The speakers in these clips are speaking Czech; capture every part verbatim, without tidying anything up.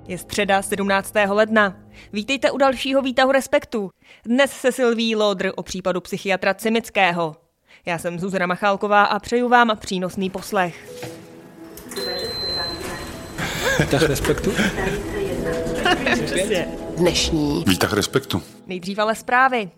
Je středa sedmnáctého ledna. Vítejte u dalšího výtahu Respektu. Dnes se Sylvií Lodr o případu psychiatra Cimického. Já jsem Zuzana Machálková a přeju vám přínosný poslech. Výtah Respektu? Dnešní Výtah Respektu. Nejdřív ale zprávy.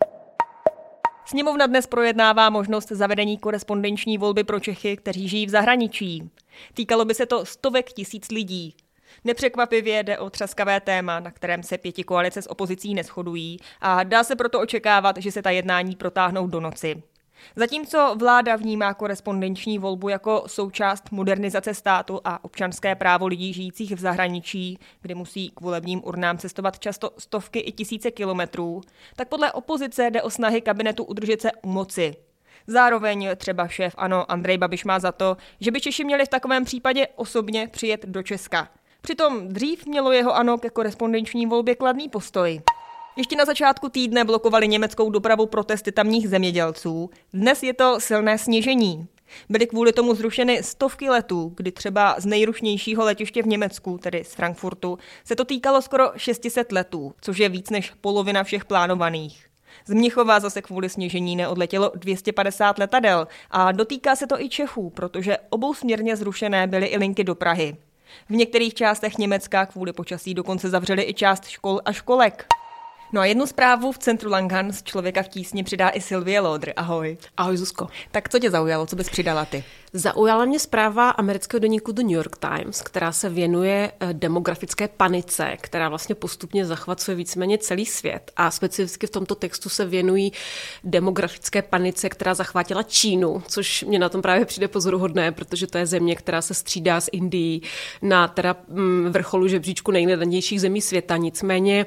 Sněmovna dnes projednává možnost zavedení korespondenční volby pro Čechy, kteří žijí v zahraničí. Týkalo by se to stovek tisíc lidí. Nepřekvapivě jde o třaskavé téma, na kterém se pětikoalice s opozicí neshodují a dá se proto očekávat, že se ta jednání protáhnou do noci. Zatímco vláda vnímá korespondenční volbu jako součást modernizace státu a občanské právo lidí žijících v zahraničí, kde musí k volebním urnám cestovat často stovky i tisíce kilometrů, tak podle opozice jde o snahy kabinetu udržet se u moci. Zároveň třeba šéf ANO Andrej Babiš má za to, že by Češi měli v takovém případě osobně přijet do Česka. Přitom dřív mělo jeho ANO ke korespondenční volbě kladný postoj. Ještě na začátku týdne blokovali německou dopravu protesty tamních zemědělců. Dnes je to silné sněžení. Byly kvůli tomu zrušeny stovky letů, kdy třeba z nejrušnějšího letiště v Německu, tedy z Frankfurtu, se to týkalo skoro šest set letů, což je víc než polovina všech plánovaných. Z Mnichova zase kvůli sněžení neodletělo dvě stě padesát letadel a dotýká se to i Čechů, protože obousměrně zrušené byly i linky do Prahy. V některých částech Německa kvůli počasí dokonce zavřeli i část škol a školek. No a jednu zprávu v centru Langhans z Člověka v tísni přidá i Sylvie Lodr. Ahoj. Ahoj, Zuzko. Tak co tě zaujalo, co bys přidala ty? Zaujala mě zpráva amerického deníku The New York Times, která se věnuje demografické panice, která vlastně postupně zachvacuje víceméně celý svět. A specificky v tomto textu se věnují demografické panice, která zachvátila Čínu, což mě na tom právě přijde pozoruhodné, protože to je země, která se střídá s Indií na teda vrcholu žebříčku nejnedanějších zemí světa. Nicméně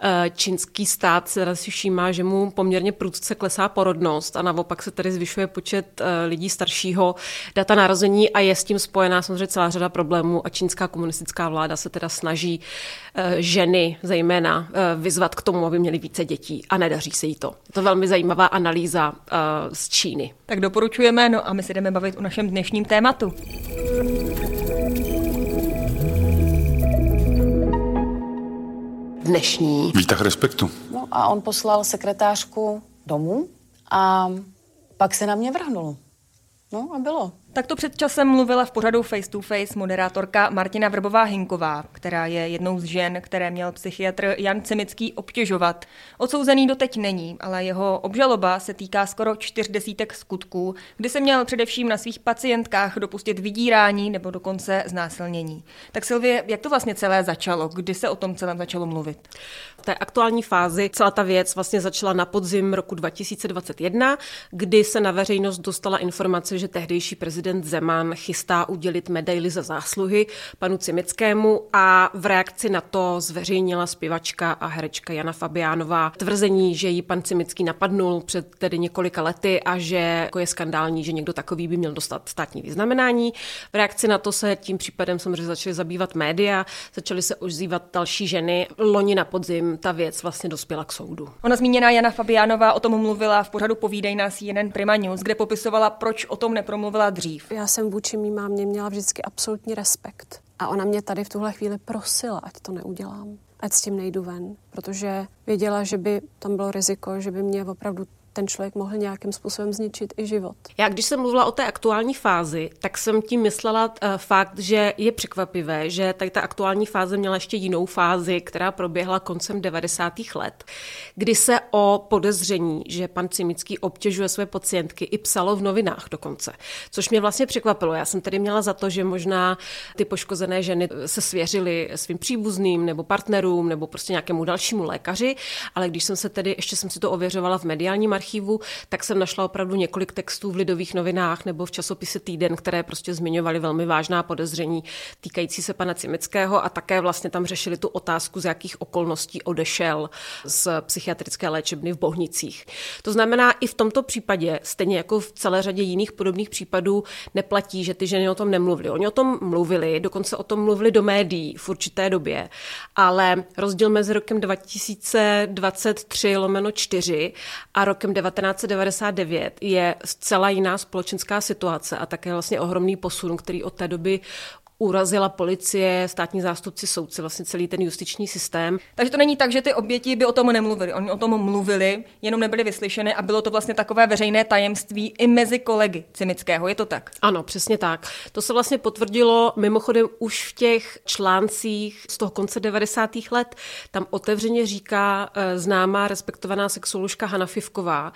čínský stát se si všímá, že mu poměrně prudce klesá porodnost a naopak se tady zvyšuje počet lidí staršího, data narození a je s tím spojená samozřejmě celá řada problémů a čínská komunistická vláda se teda snaží ženy zejména vyzvat k tomu, aby měly více dětí a nedaří se jí to. Je to velmi zajímavá analýza z Číny. Tak doporučujeme, no a my se jdeme bavit o našem dnešním tématu. Dnešní Výtah Respektu. No a on poslal sekretářku domů a pak se na mě vrhnul. No a bylo. Tak to před časem mluvila v pořadu Face to Face moderátorka Martina Vrbová-Hinková, která je jednou z žen, které měl psychiatr Jan Cimický obtěžovat. Odsouzený doteď není, ale jeho obžaloba se týká skoro čtyř desítek skutků, kdy se měl především na svých pacientkách dopustit vydírání nebo dokonce znásilnění. Tak Sylvie, jak to vlastně celé začalo? Kdy se o tom celém začalo mluvit? V té aktuální fázi celá ta věc vlastně začala na podzim roku dva tisíce dvacet jedna, kdy se na veřejnost dostala informace, že tehdejší prezident Zeman chystá udělit medaili za zásluhy panu Cimickému a v reakci na to zveřejnila zpěvačka a herečka Jana Fabiánová tvrzení, že ji pan Cimický napadnul před tedy několika lety a že jako je skandální, že někdo takový by měl dostat státní vyznamenání. V reakci na to se tím případem samozřejmě začaly zabývat média, začaly se ozývat další ženy. Loni na podzim ta věc vlastně dospěla k soudu. Ona zmíněná Jana Fabiánová o tom mluvila v pořadu Povídej na C N N Prima News, kde popisovala, proč o tom nepromluvila dřív. Já jsem vůči mý mámě měla vždycky absolutní respekt. A ona mě tady v tuhle chvíli prosila, ať to neudělám. Ať s tím nejdu ven, protože věděla, že by tam bylo riziko, že by mě opravdu ten člověk mohl nějakým způsobem zničit i život. Já když jsem mluvila o té aktuální fázi, tak jsem tím myslela uh, fakt, že je překvapivé, že tady ta aktuální fáze měla ještě jinou fázi, která proběhla koncem devadesátých let, kdy se o podezření, že pan Cimický obtěžuje své pacientky, i psalo v novinách dokonce. Což mě vlastně překvapilo. Já jsem tedy měla za to, že možná ty poškozené ženy se svěřily svým příbuzným nebo partnerům nebo prostě nějakému dalšímu lékaři, ale když jsem se tedy, ještě jsem si to ověřovala v mediálním archivu, tak jsem našla opravdu několik textů v Lidových novinách nebo v časopise Týden, které prostě zmiňovaly velmi vážná podezření týkající se pana Cimického a také vlastně tam řešili tu otázku, z jakých okolností odešel z psychiatrické léčebny v Bohnicích. To znamená, i v tomto případě, stejně jako v celé řadě jiných podobných případů, neplatí, že ty ženy o tom nemluvily. Oni o tom mluvili, dokonce o tom mluvili do médií v určité době, ale rozdíl mezi rokem dva tisíce dvacet tři lomeno čtyři a rokem devatenáct set devadesát devět je zcela jiná společenská situace a také vlastně ohromný posun, který od té doby urazila policie, státní zástupci, soudci, vlastně celý ten justiční systém. Takže to není tak, že ty oběti by o tom nemluvili. Oni o tom mluvili, jenom nebyli vyslyšeny a bylo to vlastně takové veřejné tajemství i mezi kolegy Cimického. Je to tak? Ano, přesně tak. To se vlastně potvrdilo mimochodem už v těch článcích z toho konce devadesátých let. Tam otevřeně říká známá respektovaná sexuoložka Hana Fifková,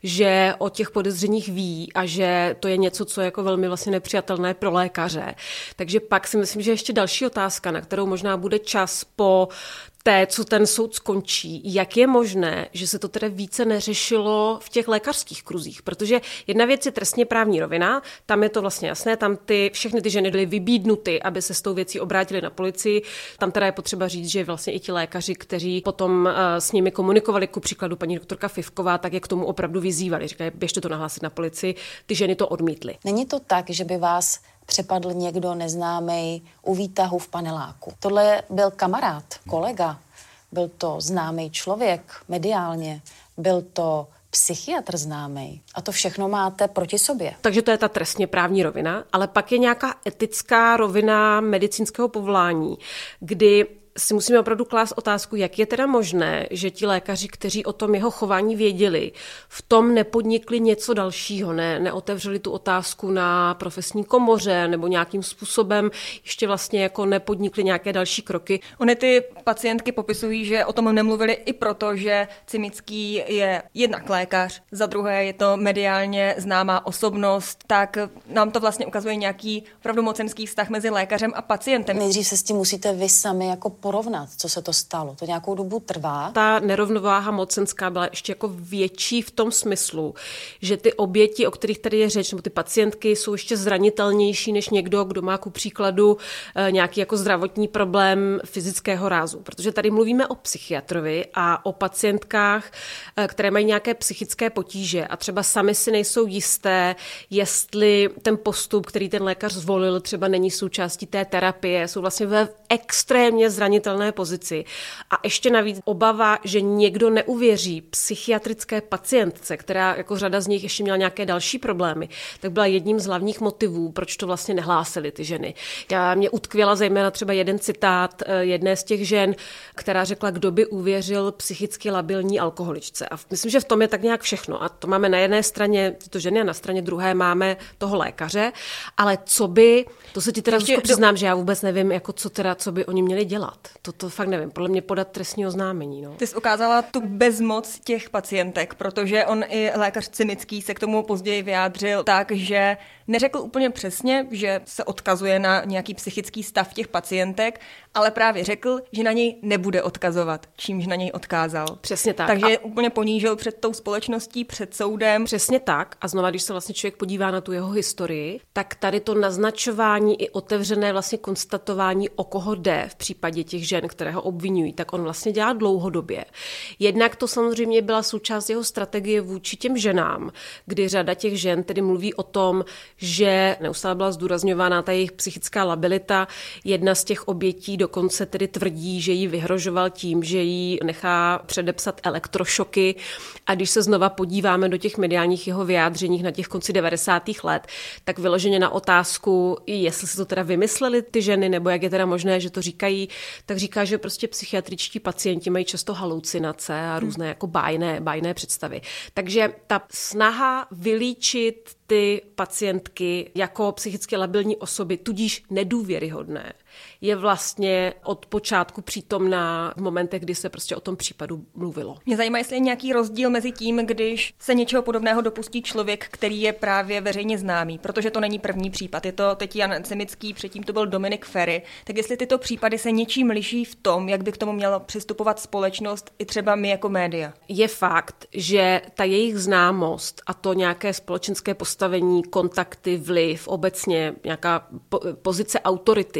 že o těch podezřeních ví a že to je něco, co je jako velmi vlastně nepřijatelné pro lékaře. Takže pak si myslím, že ještě další otázka, na kterou možná bude čas po té, co ten soud skončí, jak je možné, že se to tedy více neřešilo v těch lékařských kruzích, protože jedna věc je trestně právní rovina, tam je to vlastně jasné, tam ty, všechny ty ženy byly vybídnuty, aby se s tou věcí obrátili na policii, tam teda je potřeba říct, že vlastně i ti lékaři, kteří potom uh, s nimi komunikovali, ku příkladu paní doktorka Fifková, tak je k tomu opravdu vyzývali, říkají, běžte to nahlásit na policii, ty ženy to odmítly. Není to tak, že by vás přepadl někdo neznámý u výtahu v paneláku. Tohle byl kamarád, kolega, byl to známý člověk mediálně, byl to psychiatr známý. A to všechno máte proti sobě. Takže to je ta trestně právní rovina, ale pak je nějaká etická rovina medicínského povolání, kdy si musíme opravdu klást otázku, jak je teda možné, že ti lékaři, kteří o tom jeho chování věděli, v tom nepodnikli něco dalšího, ne, neotevřeli tu otázku na profesní komoře nebo nějakým způsobem ještě vlastně jako nepodnikli nějaké další kroky. Ony ty pacientky popisují, že o tom nemluvili i proto, že Cimický je jednak lékař, za druhé je to mediálně známá osobnost, tak nám to vlastně ukazuje nějaký opravdu mocenský vztah mezi lékařem a pacientem. Nejdřív se s tím musíte vy sami jako porovnat, co se to stalo. To nějakou dobu trvá. Ta nerovnováha mocenská byla ještě jako větší v tom smyslu, že ty oběti, o kterých tady je řeč, nebo ty pacientky jsou ještě zranitelnější než někdo, kdo má ku příkladu nějaký jako zdravotní problém fyzického rázu. Protože tady mluvíme o psychiatrovi a o pacientkách, které mají nějaké psychické potíže a třeba sami si nejsou jisté, jestli ten postup, který ten lékař zvolil, třeba není součástí té terapie, jsou vlastně ve extrémně zranitelné pozici. A ještě navíc obava, že někdo neuvěří psychiatrické pacientce, která jako řada z nich ještě měla nějaké další problémy, tak byla jedním z hlavních motivů, proč to vlastně nehlásily ty ženy. Já mě utkvěla zejména třeba jeden citát jedné z těch žen, která řekla, kdo by uvěřil psychicky labilní alkoholičce. A myslím, že v tom je tak nějak všechno. A to máme na jedné straně tyto ženy a na straně druhé máme toho lékaře. Ale co by, to se ti teda Zuzko přiznám, že já vůbec nevím, jako co teda, co by oni měli dělat. To, to fakt nevím, podle mě podat trestní oznámení. No. Ty jsi ukázala tu bezmoc těch pacientek, protože on i lékař Cimický se k tomu později vyjádřil tak, že neřekl úplně přesně, že se odkazuje na nějaký psychický stav těch pacientek, ale právě řekl, že na něj nebude odkazovat, čímž na něj odkázal. Přesně tak. Takže a... úplně ponížil před tou společností, před soudem. Přesně tak. A znova, když se vlastně člověk podívá na tu jeho historii, tak tady to naznačování i otevřené vlastně konstatování, o koho jde v případě těch žen, které ho obvinují, tak on vlastně dělá dlouhodobě. Jednak to samozřejmě byla součást jeho strategie vůči těm ženám, kdy řada těch žen tedy mluví o tom, že neustále byla zdůrazňována ta jejich psychická labilita. Jedna z těch obětí dokonce tedy tvrdí, že jí vyhrožoval tím, že jí nechá předepsat elektrošoky. A když se znova podíváme do těch mediálních jeho vyjádřeních na těch konci devadesátých let, tak vyloženě na otázku, jestli si to teda vymysleli ty ženy, nebo jak je teda možné, že to říkají, tak říká, že prostě psychiatričtí pacienti mají často halucinace a různé jako bájné, bájné představy. Takže ta snaha vylíčit ty pacientky jako psychicky labilní osoby, tudíž nedůvěryhodné, je vlastně od počátku přítomná v momentech, kdy se prostě o tom případu mluvilo. Mě zajímá, jestli je nějaký rozdíl mezi tím, když se něčeho podobného dopustí člověk, který je právě veřejně známý, protože to není první případ. Je to teď Jan Cimický, předtím to byl Dominik Feri. Tak jestli tyto případy se něčím liší v tom, jak by k tomu měla přistupovat společnost i třeba my jako média. Je fakt, že ta jejich známost a to nějaké společenské postavení, kontakty, vliv, obecně nějaká po- pozice autority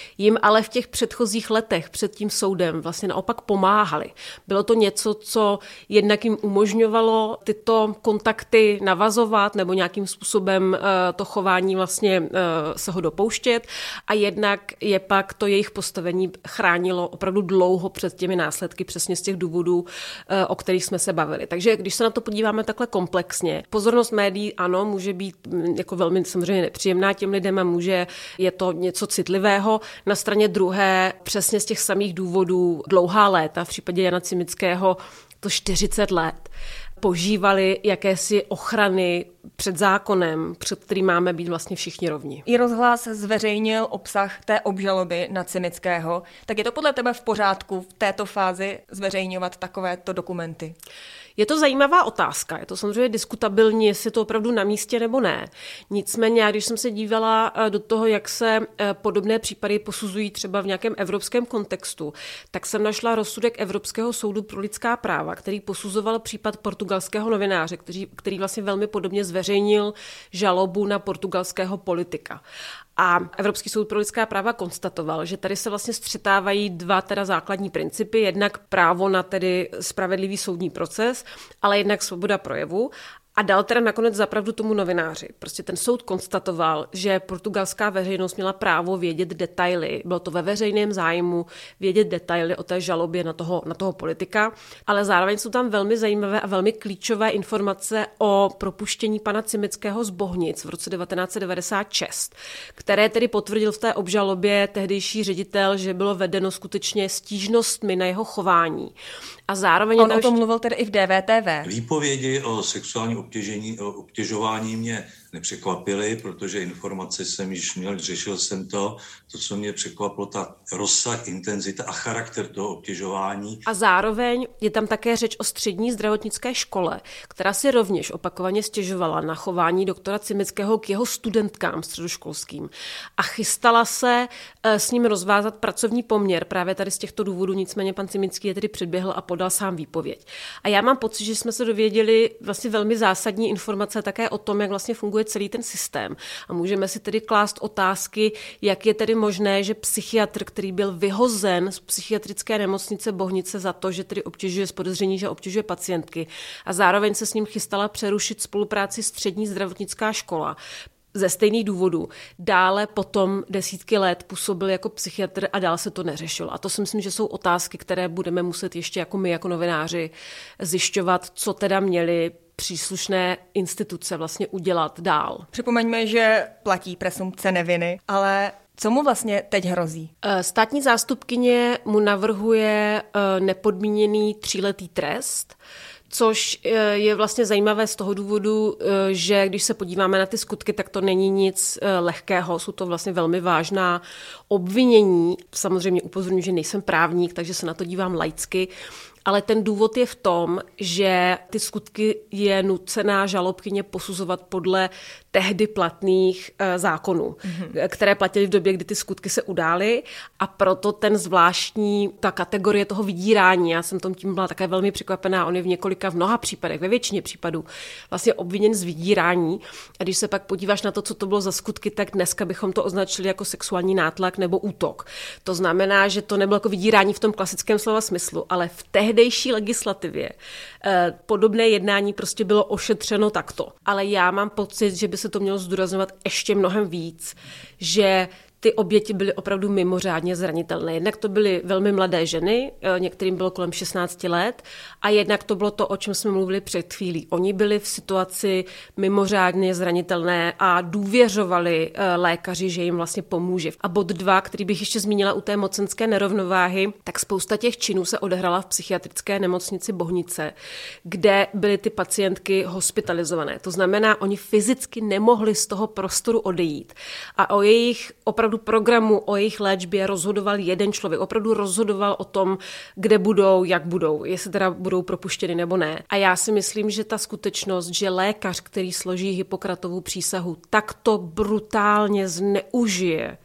jim ale v těch předchozích letech před tím soudem vlastně naopak pomáhali. Bylo to něco, co jednak jim umožňovalo tyto kontakty navazovat nebo nějakým způsobem to chování vlastně se ho dopouštět a jednak je pak to jejich postavení chránilo opravdu dlouho před těmi následky přesně z těch důvodů, o kterých jsme se bavili. Takže když se na to podíváme takhle komplexně, pozornost médií ano, může být jako velmi samozřejmě nepříjemná těm lidem a může, je to něco citlivého. Na straně druhé přesně z těch samých důvodů dlouhá léta, v případě Jana Cimického to čtyřicet let, požívali jakési ochrany před zákonem, před kterým máme být vlastně všichni rovni. I rozhlas zveřejnil obsah té obžaloby na Cimického. Tak je to podle tebe v pořádku v této fázi zveřejňovat takovéto dokumenty? Je to zajímavá otázka, je to samozřejmě diskutabilní, jestli je to opravdu na místě nebo ne. Nicméně, já když jsem se dívala do toho, jak se podobné případy posuzují třeba v nějakém evropském kontextu, tak jsem našla rozsudek Evropského soudu pro lidská práva, který posuzoval případ portugalského novináře, který, který vlastně velmi podobně zveřejnil žalobu na portugalského politika. A Evropský soud pro lidská práva konstatoval, že tady se vlastně střetávají dva teda základní principy, jednak právo na tedy spravedlivý soudní proces, ale jednak svoboda projevu. A dal teda nakonec zapravdu tomu novináři. Prostě ten soud konstatoval, že portugalská veřejnost měla právo vědět detaily. Bylo to ve veřejném zájmu vědět detaily o té žalobě na toho, na toho politika, ale zároveň jsou tam velmi zajímavé a velmi klíčové informace o propuštění pana Cimického z Bohnic v roce devatenáct set devadesát šest, které tedy potvrdil v té obžalobě tehdejší ředitel, že bylo vedeno skutečně stížnostmi na jeho chování. A zároveň on o tom mluvil tedy i v D V T V. Výpovědi o sexuálním obtěžení, o obtěžování mě nepřekvapily, protože informace jsem již měl, řešil jsem to. To, co mě překvapilo, ta rozsah, intenzita a charakter toho obtěžování. A zároveň je tam také řeč o střední zdravotnické škole, která si rovněž opakovaně stěžovala na chování doktora Cimického k jeho studentkám středoškolským a chystala se s ním rozvázat pracovní poměr právě tady z těchto důvodů, nicméně pan Cimický je tedy předběhl a podal sám výpověď. A já mám pocit, že jsme se dověděli vlastně velmi zásadní informace také o tom, jak vlastně funguje celý ten systém. A můžeme si tedy klást otázky, jak je tedy možné, že psychiatr, který byl vyhozen z psychiatrické nemocnice Bohnice za to, že tedy obtěžuje z podezření, že obtěžuje pacientky a zároveň se s ním chystala přerušit spolupráci střední zdravotnická škola, ze stejných důvodů. Dále potom desítky let působil jako psychiatr a dál se to neřešilo. A to si myslím, že jsou otázky, které budeme muset ještě jako my, jako novináři, zjišťovat, co teda měli příslušné instituce vlastně udělat dál. Připomeňme, že platí presumpce neviny, ale co mu vlastně teď hrozí? Státní zástupkyně mu navrhuje nepodmíněný tříletý trest, což je vlastně zajímavé z toho důvodu, že když se podíváme na ty skutky, tak to není nic lehkého, jsou to vlastně velmi vážná obvinění. Samozřejmě upozorňuji, že nejsem právník, takže se na to dívám laicky, ale ten důvod je v tom, že ty skutky je nucená žalobkyně posuzovat podle tehdy platných e, zákonů, mm-hmm. které platily v době, kdy ty skutky se udály a proto ten zvláštní, ta kategorie toho vydírání, já jsem tom tím byla také velmi překvapená, on je v několika, v mnoha případech, ve většině případů vlastně obviněn z vydírání a když se pak podíváš na to, co to bylo za skutky, tak dneska bychom to označili jako sexuální nátlak nebo útok. To znamená, že to nebylo jako vydírání v tom klasickém slova smyslu, ale v tehdejší legislativě e, podobné jednání prostě bylo ošetřeno takto. Ale já mám pocit, že by se to mělo zdůrazňovat ještě mnohem víc, že ty oběti byly opravdu mimořádně zranitelné. Jednak to byly velmi mladé ženy, některým bylo kolem šestnáct let, a jednak to bylo to, o čem jsme mluvili před chvílí. Oni byli v situaci mimořádně zranitelné a důvěřovali lékaři, že jim vlastně pomůže. A bod dva, který bych ještě zmínila u té mocenské nerovnováhy, tak spousta těch činů se odehrála v psychiatrické nemocnici Bohnice, kde byly ty pacientky hospitalizované. To znamená, oni fyzicky nemohli z toho prostoru odejít. A o jejich opravdu programu, o jejich léčbě rozhodoval jeden člověk. Opravdu rozhodoval o tom, kde budou, jak budou, jestli teda budou propuštěny nebo ne. A já si myslím, že ta skutečnost, že lékař, který složí Hippokratovu přísahu, takto brutálně zneužije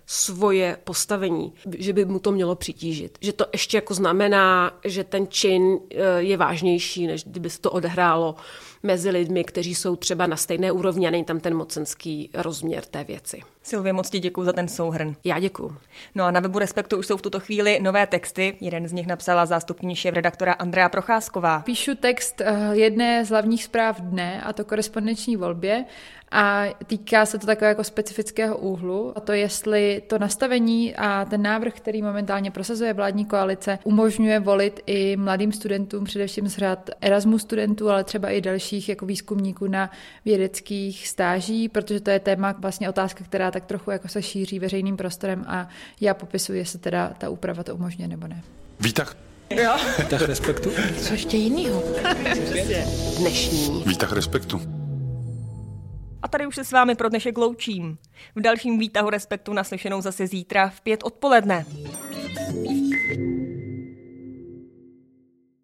svoje postavení, že by mu to mělo přitížit. Že to ještě jako znamená, že ten čin je vážnější, než kdyby se to odehrálo mezi lidmi, kteří jsou třeba na stejné úrovni a není tam ten mocenský rozměr té věci. Silvie, moc ti děkuju za ten souhrn. Já děkuju. No a na webu Respektu už jsou v tuto chvíli nové texty. Jeden z nich napsala zástupkyně šéfredaktora Andrea Procházková. Píšu text jedné z hlavních zpráv dne, a to korespondenční volbě. A týká se to takového jako specifického úhlu, a to jestli to nastavení a ten návrh, který momentálně prosazuje vládní koalice, umožňuje volit i mladým studentům, především z řad Erasmus studentů, ale třeba i dalších jako výzkumníků na vědeckých stáží, protože to je téma, vlastně otázka, která tak trochu jako se šíří veřejným prostorem a já popisuji, jestli teda ta úprava to umožňuje nebo ne. Výtah. Jo. Výtah Respektu. Co ještě jinýho? Dnešní. Výtah Respektu. A tady už se s vámi pro dnešek loučím. V dalším výtahu Respektu naslyšenou zase zítra v pět odpoledne.